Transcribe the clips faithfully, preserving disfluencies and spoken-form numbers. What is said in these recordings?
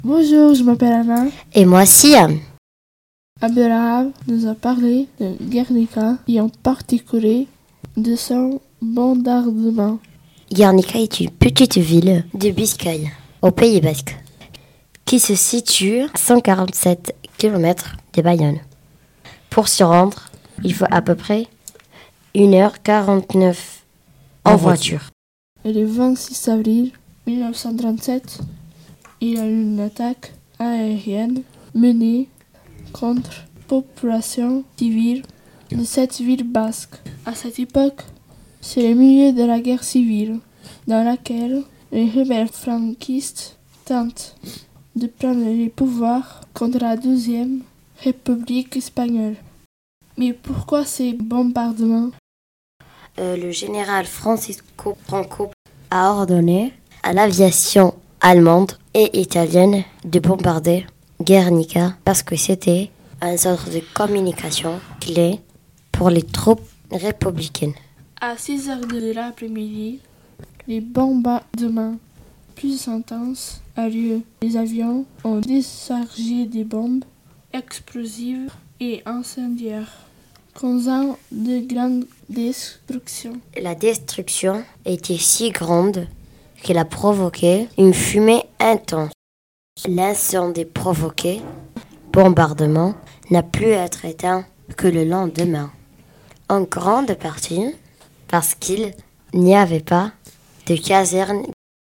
Bonjour, je m'appelle Anna. Et moi aussi. Abdelrahab nous a parlé de Guernica et en particulier de son bombardement. Guernica est une petite ville de Biscaye, au Pays Basque, qui se situe à cent quarante-sept kilomètres de Bayonne. Pour s'y rendre, il faut à peu près une heure quarante-neuf en voiture. Et le vingt-six avril mille neuf cent trente-sept, il y a eu une attaque aérienne menée contre la population civile de cette ville basque. À cette époque, c'est le milieu de la guerre civile, dans laquelle les rebelles franquistes tentent de prendre les pouvoirs contre la deuxième République espagnole. Mais pourquoi ces bombardements ? Euh, le général Francisco Franco a ordonné à l'aviation allemande et italienne de bombarder Guernica parce que c'était un centre de communication clé pour les troupes républicaines. À six heures de l'après-midi, les bombardements plus intenses ont lieu. Les avions ont déchargé des bombes explosives et incendiaires, causant de grandes destructions. La destruction était si grande qu'elle a provoqué une fumée intense. L'incendie provoqué, bombardement, n'a pu être éteint que le lendemain. En grande partie parce qu'il n'y avait pas de caserne.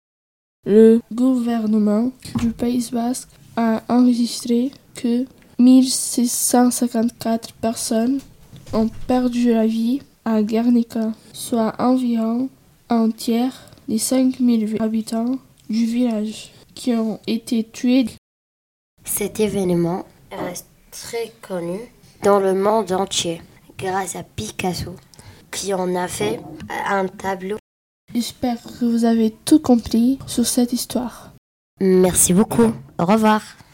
Le gouvernement du Pays Basque a enregistré que mille six cent cinquante-quatre personnes ont perdu la vie à Guernica, soit environ un tiers des cinq mille habitants du village qui ont été tués. Cet événement reste très connu dans le monde entier grâce à Picasso qui en a fait un tableau. J'espère que vous avez tout compris sur cette histoire. Merci beaucoup. Au revoir.